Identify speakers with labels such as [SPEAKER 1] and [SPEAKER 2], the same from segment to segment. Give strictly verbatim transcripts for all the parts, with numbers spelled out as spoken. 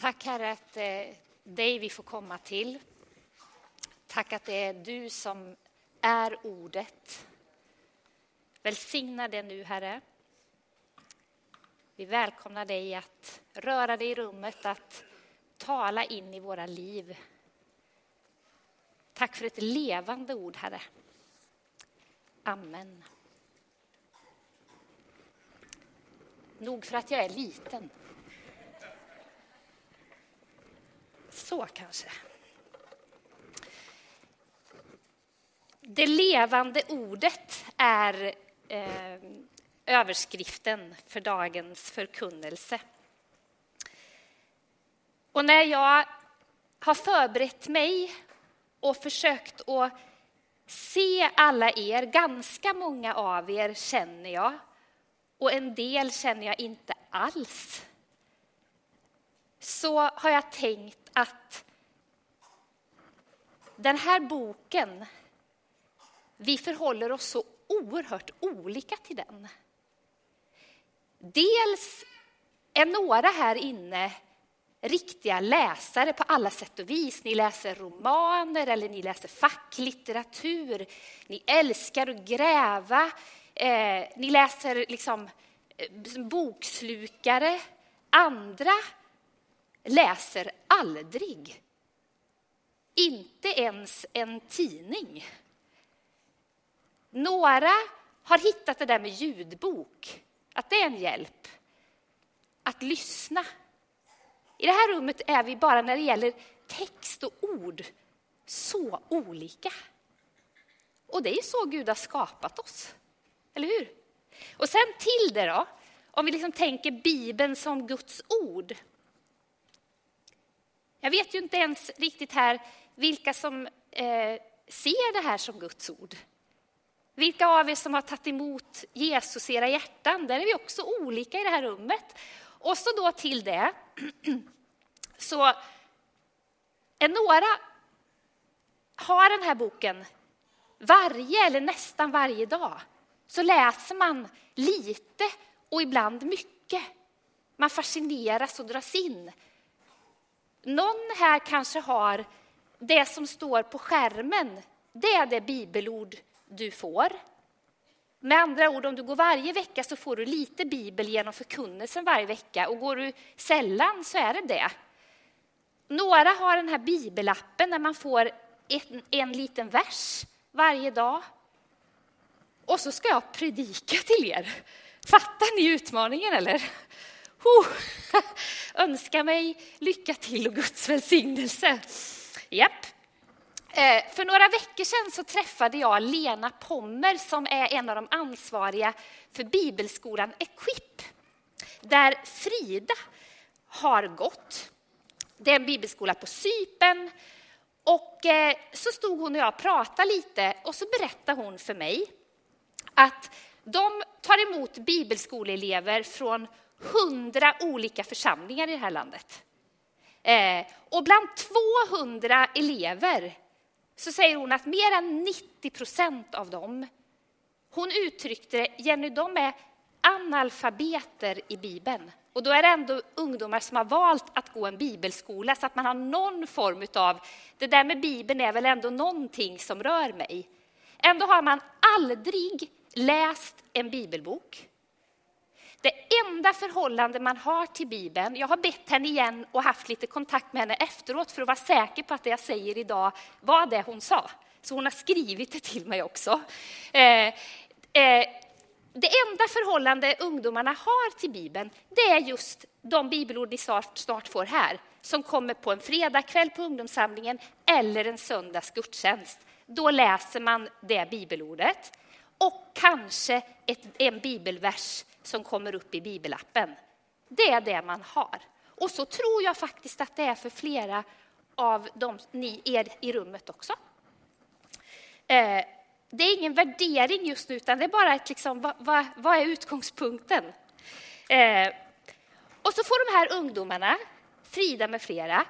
[SPEAKER 1] Tack Herre att eh, dig vi får komma till. Tack att det är du som är ordet. Välsigna det nu Herre. Vi välkomnar dig att röra dig i rummet, att tala in i våra liv. Tack för ett levande ord Herre. Amen. Nog för att jag är liten. Så kanske. Det levande ordet är eh, överskriften för dagens förkunnelse. Och när jag har förberett mig och försökt att se alla er, ganska många av er känner jag, och en del känner jag inte alls, så har jag tänkt att den här boken, vi förhåller oss så oerhört olika till den. Dels är några här inne riktiga läsare på alla sätt och vis. Ni läser romaner eller ni läser facklitteratur. Ni älskar att gräva. Eh, ni läser liksom eh, bokslukare. Andra läser aldrig. Inte ens en tidning. Några har hittat det där med ljudbok. Att det är en hjälp. Att lyssna. I det här rummet är vi bara när det gäller text och ord så olika. Och det är så Gud har skapat oss. Eller hur? Och sen till det då. Om vi liksom tänker Bibeln som Guds ord. Jag vet ju inte ens riktigt här vilka som eh, ser det här som Guds ord. Vilka av er som har tagit emot Jesus i era hjärtan. Där är vi också olika i det här rummet. Och så då till det. Så är några har den här boken varje eller nästan varje dag. Så läser man lite och ibland mycket. Man fascineras och dras in. Någon här kanske har det som står på skärmen. Det är det bibelord du får. Med andra ord, om du går varje vecka så får du lite bibel genom förkunnelsen varje vecka. Och går du sällan så är det det. Några har den här bibelappen när man får en, en liten vers varje dag. Och så ska jag predika till er. Fattar ni utmaningen eller? Oh, önska mig lycka till och Guds välsignelse. Japp. Eh, för några veckor sedan så träffade jag Lena Pommer som är en av de ansvariga för bibelskolan Equip. Där Frida har gått. Det är en bibelskola på Cypern. Och eh, så stod hon och jag och pratade lite och så berättade hon för mig att de tar emot bibelskoleelever från hundra olika församlingar i det här landet. Eh, och bland tvåhundra elever så säger hon att mer än nittio procent av dem, hon uttryckte det, Jenny, de är analfabeter i Bibeln. Och då är det ändå ungdomar som har valt att gå en bibelskola så att man har någon form av, det där med Bibeln är väl ändå någonting som rör mig. Ändå har man aldrig läst en bibelbok. Det enda förhållande man har till Bibeln, jag har bett henne igen och haft lite kontakt med henne efteråt för att vara säker på att det jag säger idag var det hon sa. Så hon har skrivit det till mig också. Eh, eh, det enda förhållande ungdomarna har till Bibeln, det är just de bibelord ni snart, snart får här. Som kommer på en fredagkväll på ungdomssamlingen eller en söndags gudstjänst. Då läser man det bibelordet. Och kanske ett, en bibelvers som kommer upp i bibelappen. Det är det man har. Och så tror jag faktiskt att det är för flera av de, ni er i rummet också. Eh, det är ingen värdering just nu utan det är bara ett liksom, vad, vad, vad är utgångspunkten? Eh, och så får de här ungdomarna, Frida med flera,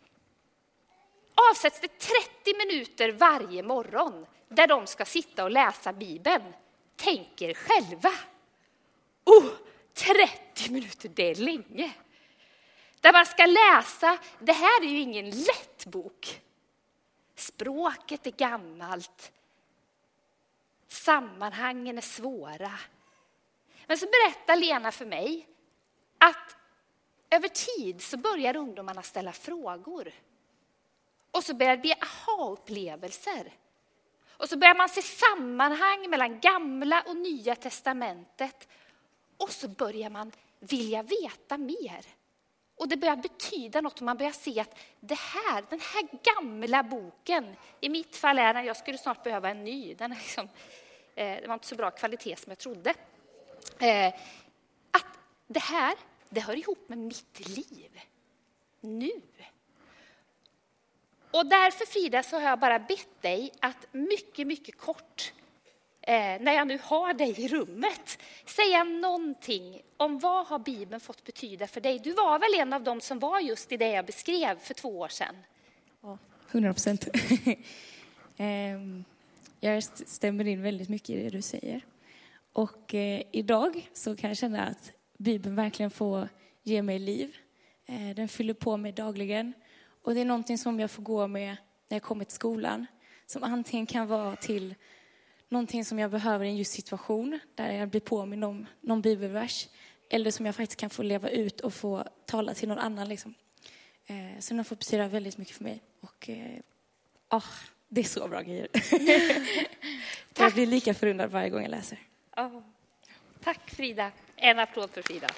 [SPEAKER 1] avsätts det trettio minuter varje morgon där de ska sitta och läsa Bibeln. Tänk er själva. Oh, trettio minuter, det är länge. Där man ska läsa, det här är ju ingen lätt bok. Språket är gammalt. Sammanhangen är svåra. Men så berättar Lena för mig att över tid så börjar ungdomarna ställa frågor. Och så börjar det bli aha-upplevelser. Och så börjar man se sammanhang mellan gamla och nya testamentet. Och så börjar man vilja veta mer. Och det börjar betyda något och man börjar se att det här, den här gamla boken, i mitt fall är den, jag skulle snart behöva en ny, den är liksom, eh, det var inte så bra kvalitet som jag trodde. Eh, att det här, det hör ihop med mitt liv, nu. Och därför, Frida, så har jag bara bett dig att mycket, mycket kort, eh, när jag nu har dig i rummet, säga någonting om vad har Bibeln fått betyda för dig. Du var väl en av dem som var just i det jag beskrev för två år sedan?
[SPEAKER 2] Ja, hundra procent. Jag stämmer in väldigt mycket i det du säger. Och eh, idag så kan jag känna att Bibeln verkligen får ge mig liv. Eh, den fyller på mig dagligen. Och det är någonting som jag får gå med när jag kommer till skolan. Som antingen kan vara till någonting som jag behöver i en just situation. Där jag blir på med någon, någon bibelvers. Eller som jag faktiskt kan få leva ut och få tala till någon annan. Liksom. Eh, så den får betyda väldigt mycket för mig. Och eh, ah, det är så bra grejer. Jag blir lika förundrad varje gång jag läser.
[SPEAKER 1] Oh. Tack Frida. En applåd för Frida.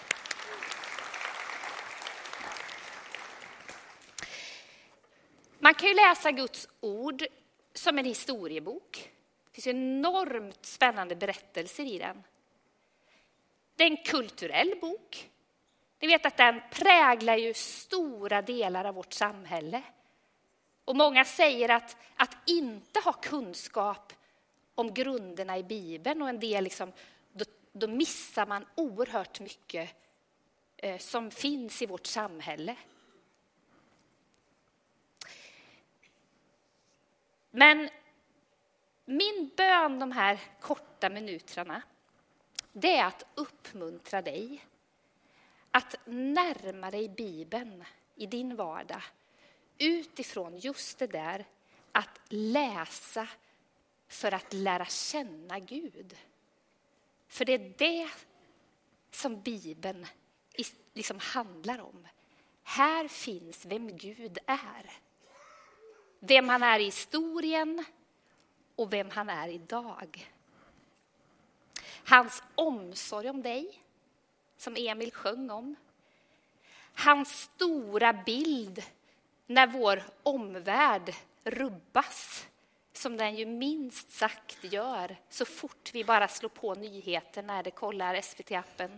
[SPEAKER 1] Man kan ju läsa Guds ord som en historiebok. Det finns enormt spännande berättelser i den. Det är en kulturell bok. Ni vet att den präglar ju stora delar av vårt samhälle. Och många säger att, att inte ha kunskap om grunderna i Bibeln och en del liksom, då, då missar man oerhört mycket eh, som finns i vårt samhälle. Men min bön de här korta minuterna, det är att uppmuntra dig att närma dig Bibeln i din vardag utifrån just det där att läsa för att lära känna Gud. För det är det som Bibeln liksom handlar om. Här finns vem Gud är. Vem han är i historien och vem han är idag. Hans omsorg om dig, som Emil sjöng om. Hans stora bild när vår omvärld rubbas, som den ju minst sagt gör så fort vi bara slår på nyheterna när det kollar S V T-appen.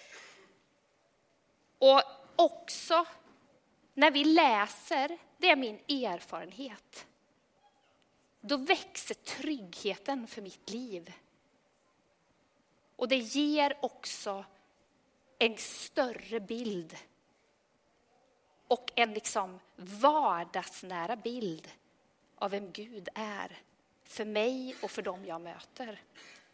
[SPEAKER 1] Och också när vi läser, det är min erfarenhet, då växer tryggheten för mitt liv. Och det ger också en större bild och en liksom vardagsnära bild av vem Gud är för mig och för dem jag möter.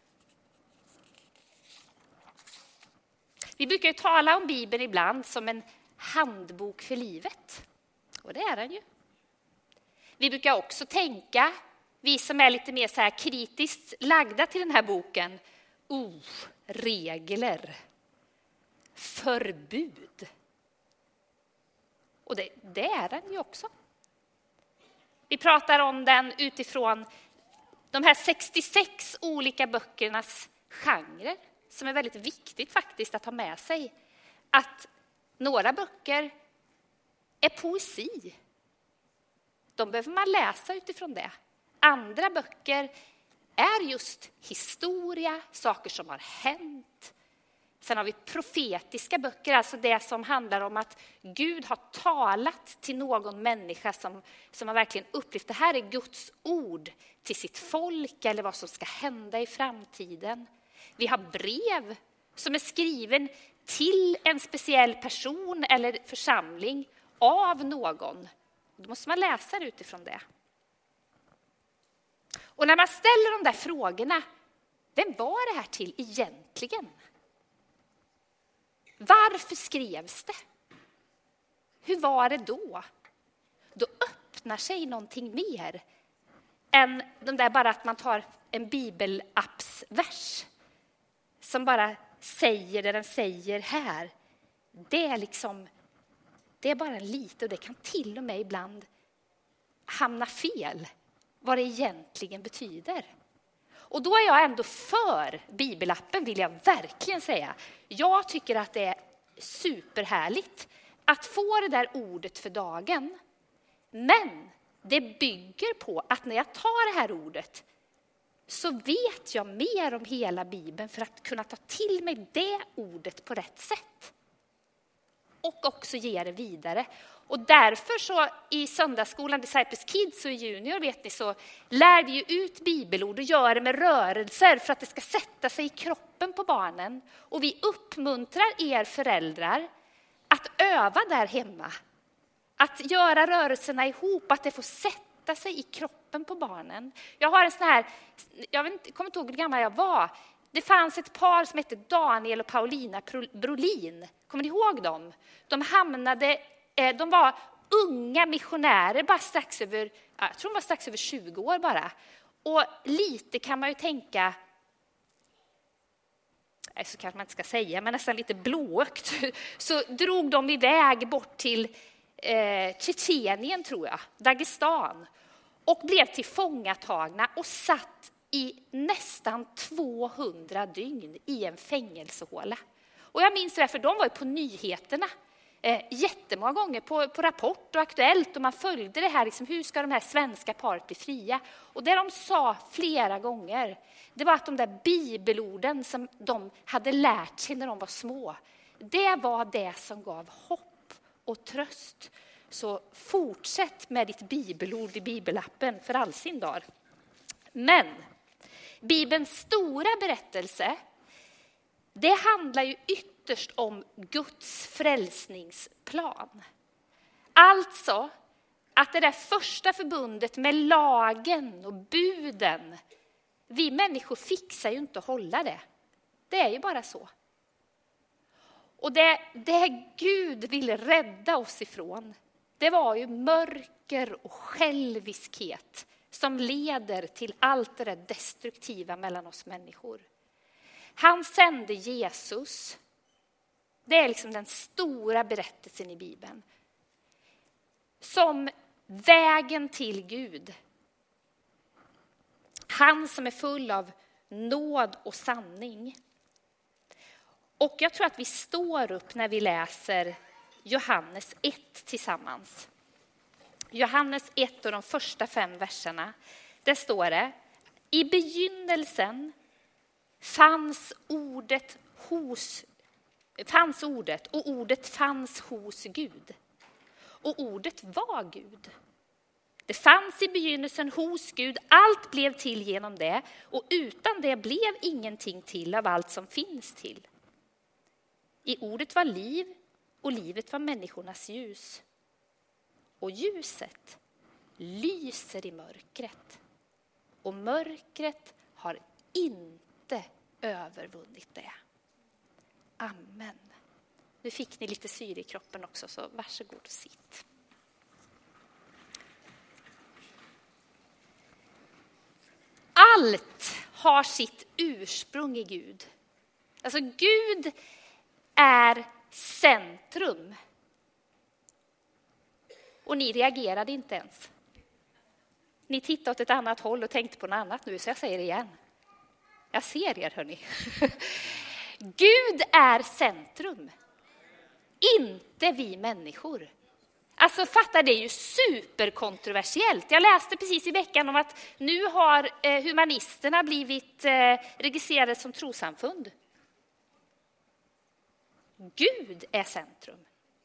[SPEAKER 1] Vi brukar ju tala om Bibeln ibland som en handbok för livet. Och det är den ju. Vi brukar också tänka, vi som är lite mer så här kritiskt lagda till den här boken, oh, regler, förbud. Och det, det är den ju också. Vi pratar om den utifrån de här sextiosex olika böckernas genrer, som är väldigt viktigt faktiskt att ha med sig. Att några böcker är poesi. De behöver man läsa utifrån det. Andra böcker är just historia, saker som har hänt. Sen har vi profetiska böcker, alltså det som handlar om att Gud har talat till någon människa som, som har verkligen upplevt det här är Guds ord till sitt folk eller vad som ska hända i framtiden. Vi har brev som är skriven till en speciell person eller församling av någon. Då måste man läsa det utifrån det. Och när man ställer de där frågorna, vem var det här till egentligen? Varför skrevs det? hur var det då? Då öppnar sig någonting mer än de där bara att man tar en bibelappsvers som bara säger det den säger här. Det är liksom, det är bara en lite, och det kan till och med ibland hamna fel vad det egentligen betyder. Och då är jag ändå för bibelappen, vill jag verkligen säga. Jag tycker att det är superhärligt att få det där ordet för dagen. Men det bygger på att när jag tar det här ordet så vet jag mer om hela Bibeln för att kunna ta till mig det ordet på rätt sätt. Och också ge det vidare. Och därför så i söndagsskolan, Disciples Kids och Junior, vet ni, så lär vi ju ut bibelord och gör det med rörelser för att det ska sätta sig i kroppen på barnen. Och vi uppmuntrar er föräldrar att öva där hemma. Att göra rörelserna ihop, att det får sätta sig i kroppen på barnen. Jag har en sån här, jag vet inte, kommer inte ihåg hur gammal jag var. Det fanns ett par som hette Daniel och Paulina Brolin. Kommer ni ihåg dem? De hamnade, de var unga missionärer, bara strax över, jag tror de var strax över tjugo år bara. Och lite kan man ju tänka, så kanske man inte ska säga, men nästan lite blåögt. Så drog de iväg bort till eh, Tjetjenien, tror jag, Dagestan. Och blev tillfångatagna och satt i nästan tvåhundra dygn i en fängelsehåla. Och jag minns det, för de var ju på nyheterna eh, jättemånga gånger på, på Rapport och Aktuellt, och man följde det här, liksom, hur ska de här svenska paret bli fria? Och det de sa flera gånger, det var att de där bibelorden som de hade lärt sig när de var små, det var det som gav hopp och tröst. Så fortsätt med ditt bibelord i bibelappen för all sin dag. Men Bibelns stora berättelse, det handlar ju ytterst om Guds frälsningsplan. Alltså att det där första förbundet med lagen och buden, vi människor fixar ju inte att hålla det. Det är ju bara så. Och det, det Gud ville rädda oss ifrån, det var ju mörker och själviskhet som leder till allt det där destruktiva mellan oss människor. Han sände Jesus. Det är liksom den stora berättelsen i Bibeln. Som vägen till Gud. Han som är full av nåd och sanning. Och jag tror att vi står upp när vi läser Johannes ett tillsammans. Johannes ett och de första fem verserna. Där står det: i begynnelsen fanns ordet hos fanns ordet och ordet fanns hos Gud. Och ordet var Gud. Det fanns i begynnelsen hos Gud, allt blev till genom det, och utan det blev ingenting till av allt som finns till. I ordet var liv, och livet var människornas ljus. Och ljuset lyser i mörkret. Och mörkret har inte övervunnit det. Amen. Nu fick ni lite syre i kroppen också, så varsågod och sitt. Allt har sitt ursprung i Gud. Alltså Gud är centrum. Och ni reagerade inte ens. Ni tittade åt ett annat håll och tänkte på något annat nu, så jag säger det igen. Jag ser er, hörni. Gud är centrum. Inte vi människor. Alltså fattar, det är ju superkontroversiellt. Jag läste precis i veckan om att nu har eh, humanisterna blivit eh, registrerade som trossamfund. Gud är centrum.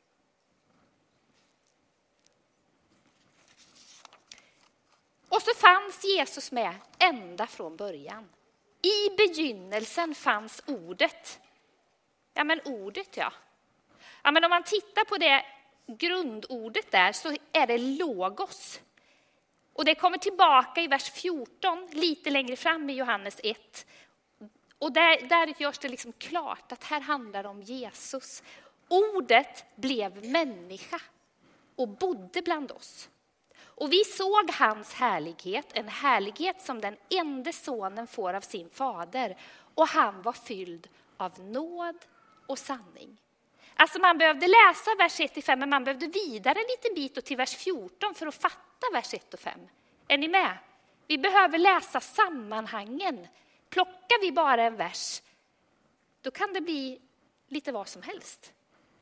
[SPEAKER 1] Och så fanns Jesus med ända från början. I begynnelsen fanns ordet. Ja, men ordet, ja. Ja, men om man tittar på det grundordet där, så är det logos. Och det kommer tillbaka i vers fjorton, lite längre fram i Johannes ett. Och där, där görs det liksom klart att här handlar det om Jesus. Ordet blev människa och bodde bland oss. Och vi såg hans härlighet, en härlighet som den enda sonen får av sin fader. Och han var fylld av nåd och sanning. Alltså man behövde läsa vers ett till fem, men man behövde vidare en liten bit och till vers fjorton för att fatta vers ett och fem. Är ni med? Vi behöver läsa sammanhangen. Plockar vi bara en vers, då kan det bli lite vad som helst.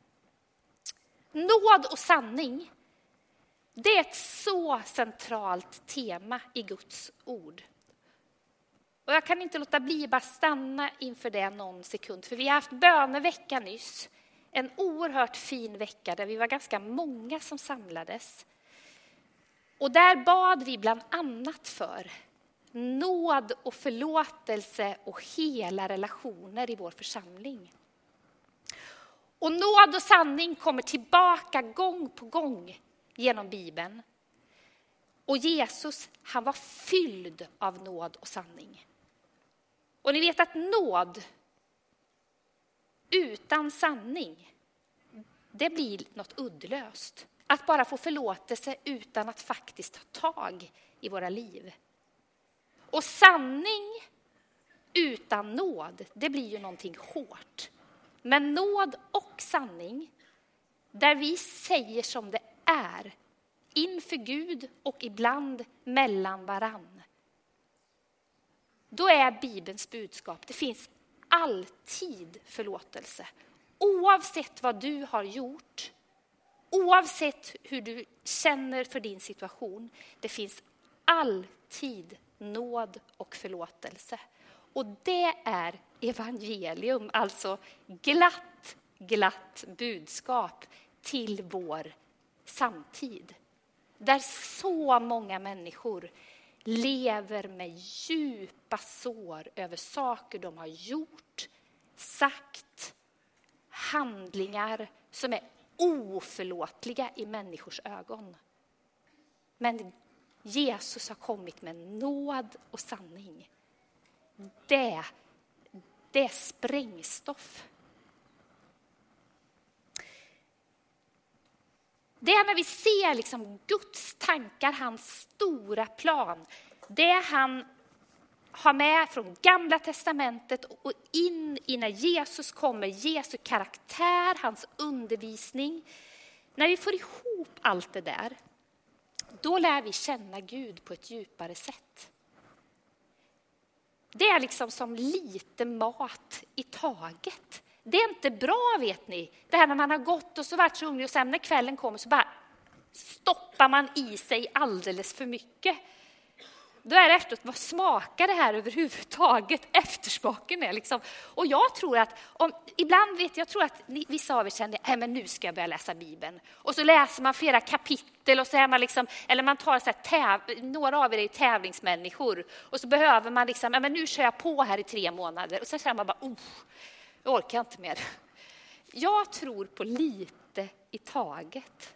[SPEAKER 1] Nåd och sanning, det är ett så centralt tema i Guds ord. Och jag kan inte låta bli bara stanna inför det någon sekund. För vi har haft bönevecka nyss. En oerhört fin vecka där vi var ganska många som samlades. Och där bad vi bland annat för nåd och förlåtelse och hela relationer i vår församling. Och nåd och sanning kommer tillbaka gång på gång genom Bibeln. Och Jesus, han var fylld av nåd och sanning. Och ni vet att nåd utan sanning, det blir något uddlöst. Att bara få förlåtelse utan att faktiskt ta tag i våra liv. Och sanning utan nåd, det blir ju någonting hårt. Men nåd och sanning, där vi säger som det är, inför Gud och ibland mellan varann. Då är Bibelns budskap, det finns alltid förlåtelse. Oavsett vad du har gjort, oavsett hur du känner för din situation, det finns alltid nåd och förlåtelse. Och det är evangelium, alltså glatt, glatt budskap till vår samtid. Där så många människor lever med djupa sår över saker de har gjort, sagt, handlingar som är oförlåtliga i människors ögon. Men Jesus har kommit med nåd och sanning. Det, det är sprängstoff. Det är när vi ser liksom Guds tankar, hans stora plan. Det han har med från Gamla testamentet och in i när Jesus kommer. Jesu karaktär, hans undervisning. När vi får ihop allt det där, då lär vi känna Gud på ett djupare sätt. Det är liksom som lite mat i taget. Det är inte bra, vet ni. Det här när man har gått och så varit så hungrig och sen när kvällen kommer så bara stoppar man i sig alldeles för mycket. Då är det efteråt, vad smakar det här överhuvudtaget? Eftersmaken är liksom. Och jag tror att, om, ibland vet jag, tror att vissa av er känner, nej men nu ska jag börja läsa Bibeln. Och så läser man flera kapitel och så är man liksom, eller man tar så här täv, några av er är tävlingsmänniskor. Och så behöver man liksom, ja men nu kör jag på här i tre månader. Och så känner man bara, oh, jag orkar inte mer. Jag tror på lite i taget.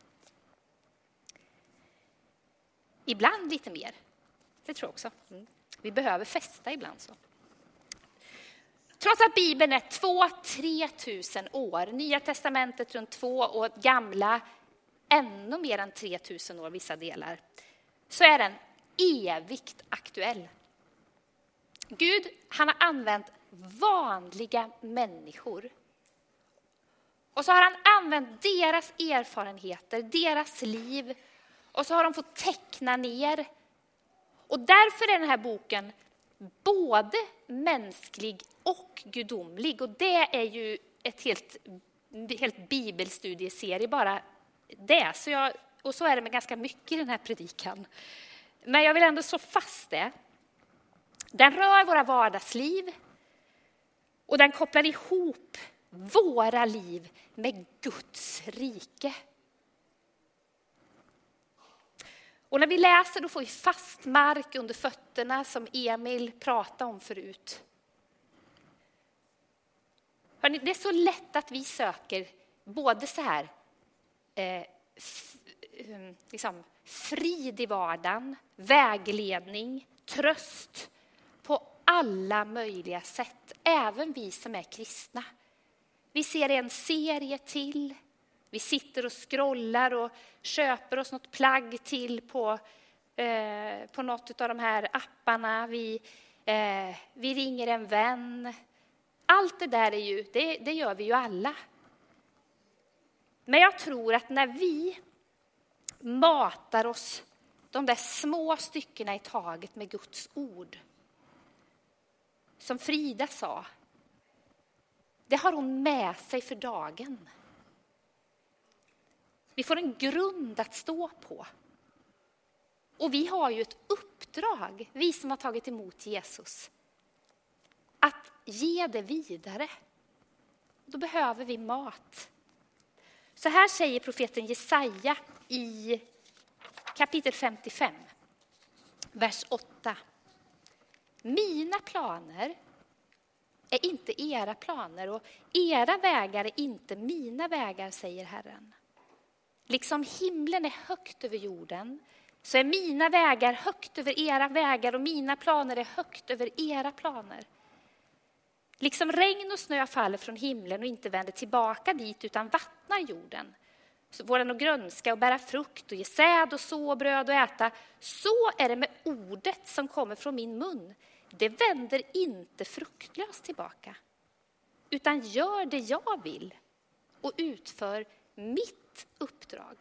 [SPEAKER 1] Ibland lite mer. Det tror jag också. Mm. Vi behöver festa ibland så. Trots att Bibeln är två till tre tusen år, Nya testamentet runt två och gamla ännu mer än tre tusen år vissa delar, så är den evigt aktuell. Gud, han har använt vanliga människor. Och så har han använt deras erfarenheter, deras liv, och så har de fått teckna ner. Och därför är den här boken både mänsklig och gudomlig. Och det är ju ett helt, helt bibelstudieserie bara det. Så jag, och så är det med ganska mycket i den här predikan. Men jag vill ändå slå fast det. Den rör våra vardagsliv. Och den kopplar ihop våra liv med Guds rike. Och när vi läser då får vi fast mark under fötterna som Emil pratade om förut. Hörrni, det är så lätt att vi söker både så här eh, f, liksom, frid i vardagen, vägledning, tröst på alla möjliga sätt. Även vi som är kristna. Vi ser en serie till Vi sitter och scrollar och köper oss något plagg till på, eh, på något av de här apparna. Vi, eh, vi ringer en vän. Allt det där är ju, det, det gör vi ju alla. Men jag tror att när vi matar oss de där små styckena i taget med Guds ord, som Frida sa, det har hon med sig för dagen. Vi får en grund att stå på. Och vi har ju ett uppdrag, vi som har tagit emot Jesus, att ge det vidare. Då behöver vi mat. Så här säger profeten Jesaja i kapitel femtiofem, vers åtta. Mina planer är inte era planer och era vägar är inte mina vägar, säger Herren. Liksom himlen är högt över jorden, så är mina vägar högt över era vägar och mina planer är högt över era planer. Liksom regn och snö faller från himlen och inte vänder tillbaka dit utan vattnar jorden, så får den att grönska och bära frukt och ge säd och så bröd och äta. Så är det med ordet som kommer från min mun. Det vänder inte fruktlöst tillbaka, utan gör det jag vill och utför mitt uppdrag.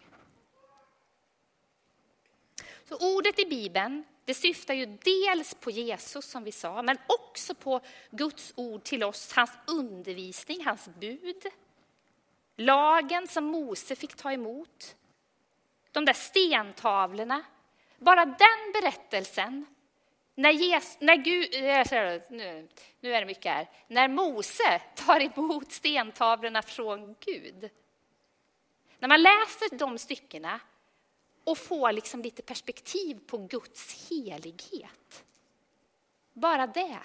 [SPEAKER 1] Så ordet i Bibeln, det syftar ju dels på Jesus som vi sa, men också på Guds ord till oss, hans undervisning, hans bud. Lagen som Mose fick ta emot. De där stentavlorna. Bara den berättelsen, när, Jesus, när Gud, nu, nu är det mycket här, när Mose tar emot stentavlorna från Gud. När man läser de styckena och får liksom lite perspektiv på Guds helighet. Bara det.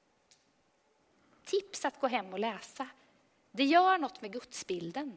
[SPEAKER 1] Tips att gå hem och läsa. Det gör något med gudsbilden.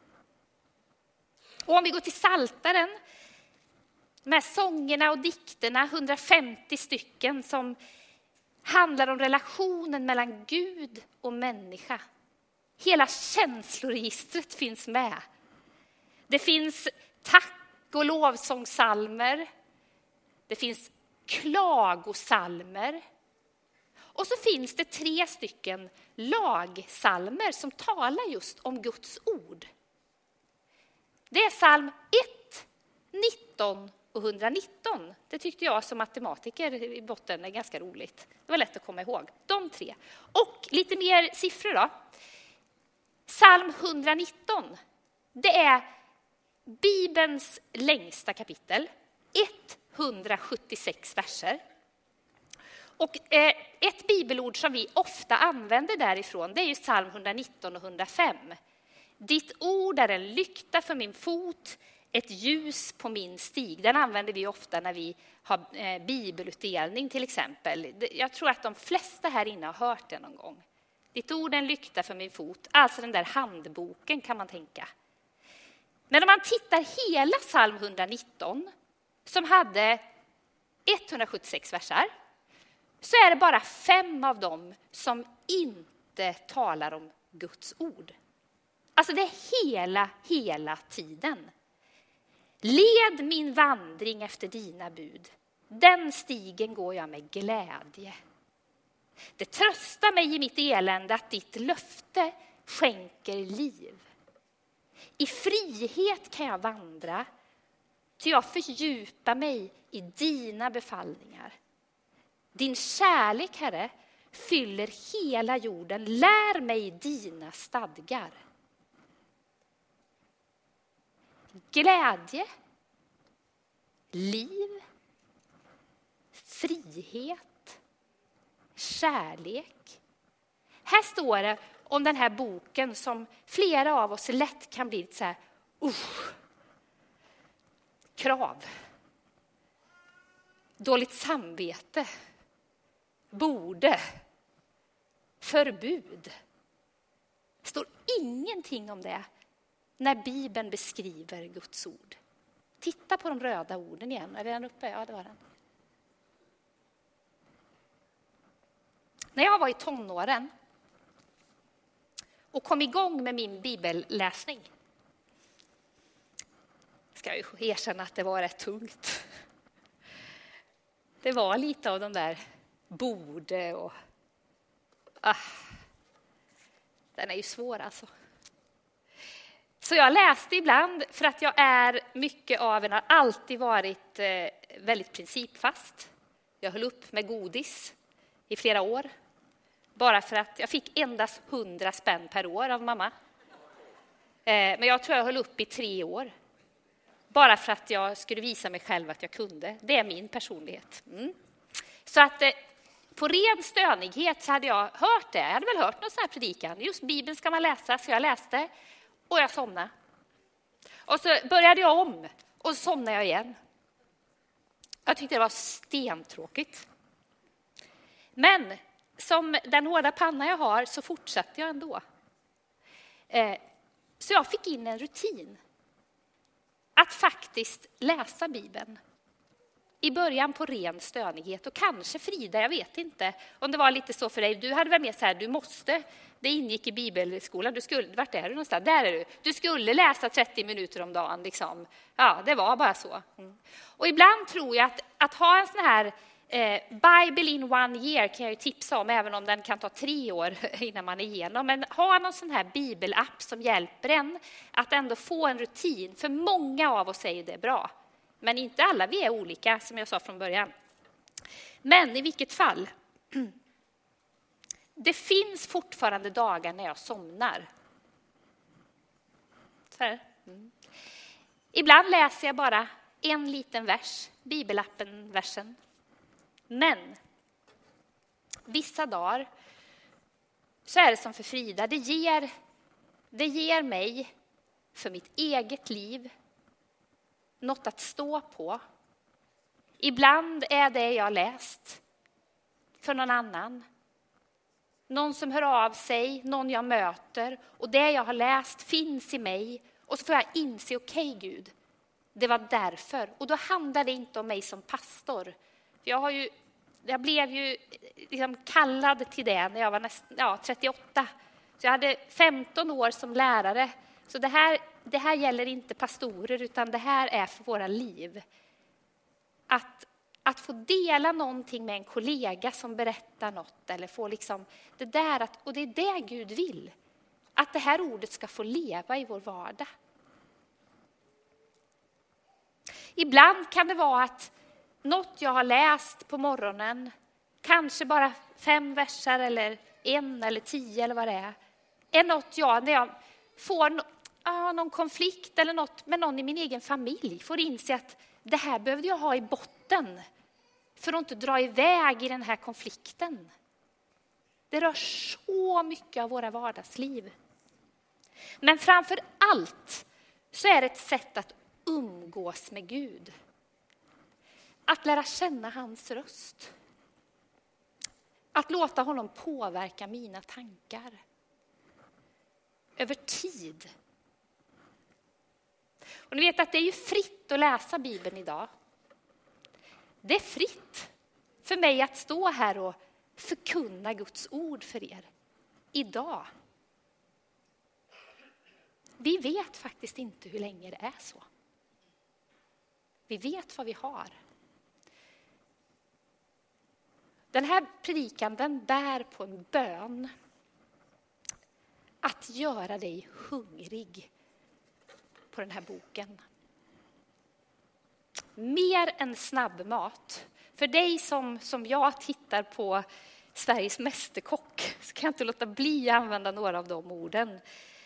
[SPEAKER 1] Och om vi går till Psaltaren, de här sångerna och dikterna, hundrafemtio stycken som handlar om relationen mellan Gud och människa. Hela känsloregistret finns med. Det finns tack och lovsångsalmer. Det finns klagosalmer. Och så finns det tre stycken lagsalmer som talar just om Guds ord. Det är psalm ett, nitton och etthundranitton. Det tyckte jag som matematiker i botten är ganska roligt. Det var lätt att komma ihåg. De tre. Och lite mer siffror då. Psalm etthundranitton. Det är Bibelns längsta kapitel. etthundrasjuttiosex verser. Och eh, ett bibelord som vi ofta använder därifrån, det är ju psalm etthundranitton och etthundrafem. Ditt ord är en lykta för min fot, ett ljus på min stig. Den använder vi ofta när vi har eh, bibelutdelning till exempel. Jag tror att de flesta här inne har hört det någon gång. Ditt ord är en lykta för min fot, alltså den där handboken kan man tänka. Men om man tittar hela psalm etthundranitton, som hade etthundrasjuttiosex versar, så är det bara fem av dem som inte talar om Guds ord. Alltså det är hela, hela tiden. Led min vandring efter dina bud. Den stigen går jag med glädje. Det tröstar mig i mitt elände att ditt löfte skänker liv. I frihet kan jag vandra, ty jag fördjupar mig i dina befallningar. Din kärlek, Herre, fyller hela jorden. Lär mig dina stadgar. Glädje, liv, frihet, kärlek. Här står det om den här boken som flera av oss lätt kan bli så här, usch, krav, dåligt samvete, borde, förbud. Det står ingenting om det när Bibeln beskriver Guds ord. Titta på de röda orden igen. Är den uppe? Ja, det var den. När jag var i tonåren och kom igång med min bibelläsning, ska ju erkänna att det var rätt tungt. Det var lite av de där borde och... Ah, den är ju svår alltså. Så jag läste ibland för att jag är mycket av en, har alltid varit eh, väldigt principfast. Jag höll upp med godis i flera år. Bara för att jag fick endast hundra spänn per år av mamma. Eh, men jag tror jag höll upp i tre år. Bara för att jag skulle visa mig själv att jag kunde. Det är min personlighet. Mm. Så att eh, på ren stönighet så hade jag hört det. Jag hade väl hört någon sån här predikan. Just Bibeln ska man läsa, så jag läste. Och jag somnade. Och så började jag om. Och så somnade jag igen. Jag tyckte det var stentråkigt. Men som den hårda panna jag har så fortsatte jag ändå. Eh, så jag fick in en rutin. Att faktiskt läsa Bibeln. I början på ren stönighet. Och kanske Frida, jag vet inte om det var lite så för dig. Du hade väl med så här, du måste... Det ingick i bibelskolan. Du skulle, vart är du någonstans? Där är du. Du skulle läsa trettio minuter om dagen. Liksom. Ja, det var bara så. Mm. Och ibland tror jag att, att ha en sån här eh, Bible in one year kan jag ju tipsa om, även om den kan ta tre år innan man är igenom. Men ha någon sån här bibelapp som hjälper en att ändå få en rutin. För många av oss säger det är bra. Men inte alla, vi är olika, som jag sa från början. Men i vilket fall... Det finns fortfarande dagar när jag somnar. Så här. Mm. Ibland läser jag bara en liten vers, bibelappen-versen. Men vissa dagar så är det som för Frida. Det ger, det ger mig för mitt eget liv något att stå på. Ibland är det jag läst för någon annan. Någon som hör av sig, någon jag möter. Och det jag har läst finns i mig. Och så får jag inse, okej okay, Gud, det var därför. Och då handlar det inte om mig som pastor. Jag, har ju, jag blev ju liksom kallad till det när jag var näst, ja, trettioåtta. Så jag hade femton år som lärare. Så det här, det här gäller inte pastorer, utan det här är för våra liv. Att Att få dela någonting med en kollega som berättar något. Eller få liksom det där att, och det är det Gud vill. Att det här ordet ska få leva i vår vardag. Ibland kan det vara att något jag har läst på morgonen. Kanske bara fem versar eller en eller tio eller vad det är. Är något jag, när jag får no, ah, någon konflikt eller något med någon i min egen familj. Får inse att det här behövde jag ha i botten. För att inte dra iväg i den här konflikten. Det rör så mycket av våra vardagsliv. Men framför allt så är det ett sätt att umgås med Gud. Att lära känna hans röst. Att låta honom påverka mina tankar. Över tid. Och ni vet att det är ju fritt att läsa Bibeln idag. Det är fritt för mig att stå här och förkunna Guds ord för er idag. Vi vet faktiskt inte hur länge det är så. Vi vet vad vi har. Den här predikan, den bär på en bön. Att göra dig hungrig på den här boken. Mer än snabbmat. För dig som, som jag tittar på Sveriges mästerkock så kan jag inte låta bli att använda några av de orden.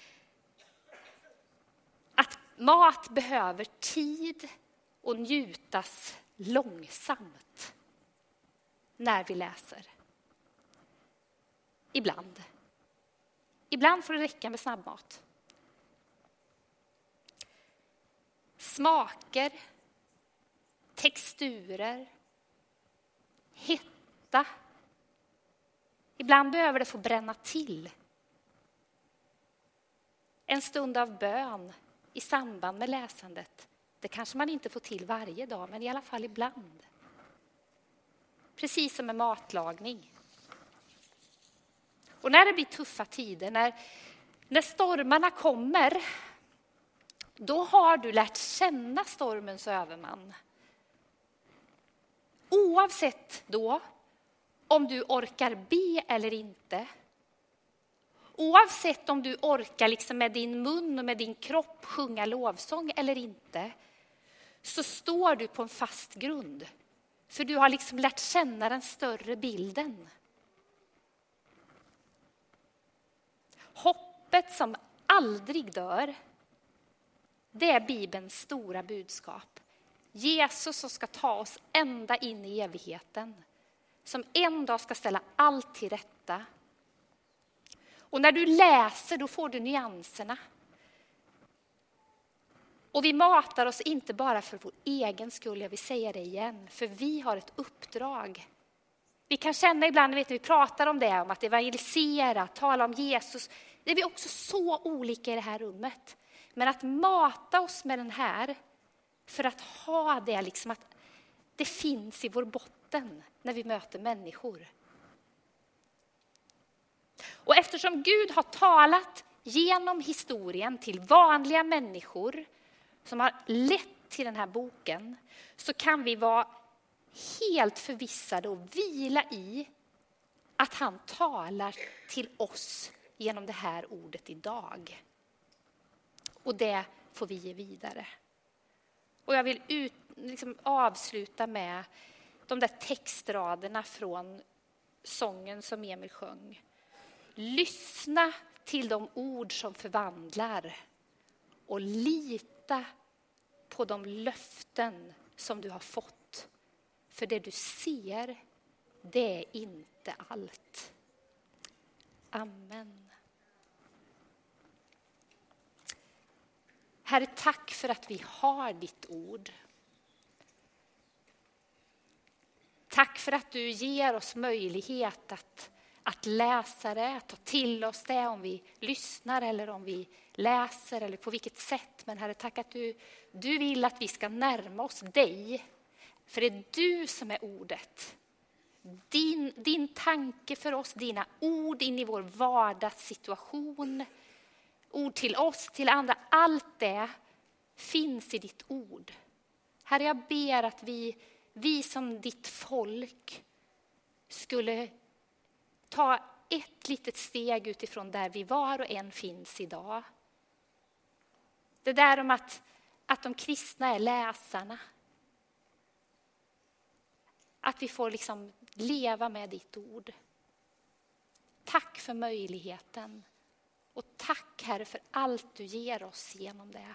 [SPEAKER 1] Att mat behöver tid och njutas långsamt när vi läser. Ibland. Ibland får det räcka med snabbmat. Smaker, texturer, hetta. Ibland behöver det få bränna till. En stund av bön i samband med läsandet. Det kanske man inte får till varje dag, men i alla fall ibland. Precis som med matlagning. Och när det blir tuffa tider, när, när stormarna kommer, då har du lärt känna stormens överman. Oavsett då om du orkar be eller inte. Oavsett om du orkar liksom med din mun och med din kropp sjunga lovsång eller inte, så står du på en fast grund. För du har liksom lärt känna den större bilden. Hoppet som aldrig dör, det är Bibelns stora budskap. Jesus som ska ta oss ända in i evigheten. Som en dag ska ställa allt till rätta. Och när du läser, då får du nyanserna. Och vi matar oss inte bara för vår egen skull, jag vill säga det igen. För vi har ett uppdrag. Vi kan känna ibland, vet, när vi pratar om det, om att evangelisera, tala om Jesus. Det är vi också så olika i det här rummet. Men att mata oss med den här, för att ha det liksom att det finns i vår botten när vi möter människor. Och eftersom Gud har talat genom historien till vanliga människor som har lett till den här boken, så kan vi vara helt förvissade och vila i att han talar till oss genom det här ordet idag. Och det får vi ge vidare. Och jag vill ut, liksom avsluta med de där textraderna från sången som Emil sjöng. Lyssna till de ord som förvandlar och lita på de löften som du har fått. För det du ser, det är inte allt. Amen. Herre, tack för att vi har ditt ord. Tack för att du ger oss möjlighet att, att läsa det, att ta till oss det om vi lyssnar eller om vi läser eller på vilket sätt. Men Herre, tack att du, du vill att vi ska närma oss dig. För det är du som är ordet. Din, din tanke för oss, dina ord in i vår vardagssituation. Ord till oss, till andra. Allt det finns i ditt ord. Herre, jag ber att vi, vi som ditt folk skulle ta ett litet steg utifrån där vi var och en finns idag. Det där om att, att de kristna är läsarna. Att vi får liksom leva med ditt ord. Tack för möjligheten. Och tack, Herre, för allt du ger oss genom det.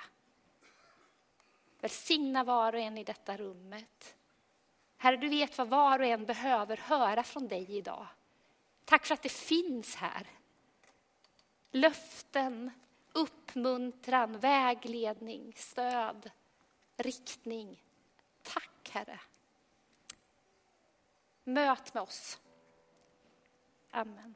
[SPEAKER 1] Välsigna var och en i detta rummet. Herre, du vet vad var och en behöver höra från dig idag. Tack för att det finns här. Löften, uppmuntran, vägledning, stöd, riktning. Tack, Herre. Möt med oss. Amen.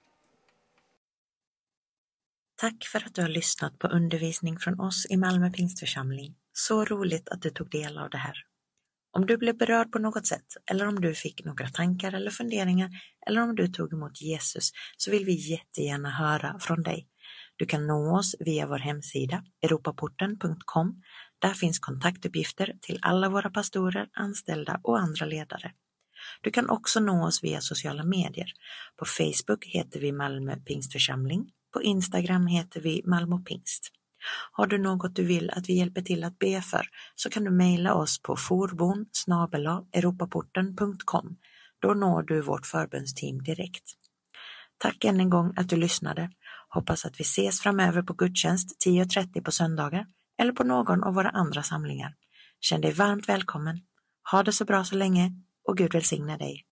[SPEAKER 3] Tack för att du har lyssnat på undervisning från oss i Malmö Pingstförsamling. Så roligt att du tog del av det här. Om du blev berörd på något sätt, eller om du fick några tankar eller funderingar, eller om du tog emot Jesus, så vill vi jättegärna höra från dig. Du kan nå oss via vår hemsida europaporten punkt com. Där finns kontaktuppgifter till alla våra pastorer, anställda och andra ledare. Du kan också nå oss via sociala medier. På Facebook heter vi Malmö Pingstförsamling. På Instagram heter vi Malmö Pingst. Har du något du vill att vi hjälper till att be för, så kan du mejla oss på forbon snabel-a europaporten punkt com. Då når du vårt förbönsteam direkt. Tack än en gång att du lyssnade. Hoppas att vi ses framöver på gudstjänst tio och trettio på söndagar eller på någon av våra andra samlingar. Känn dig varmt välkommen. Ha det så bra så länge och Gud välsigne dig.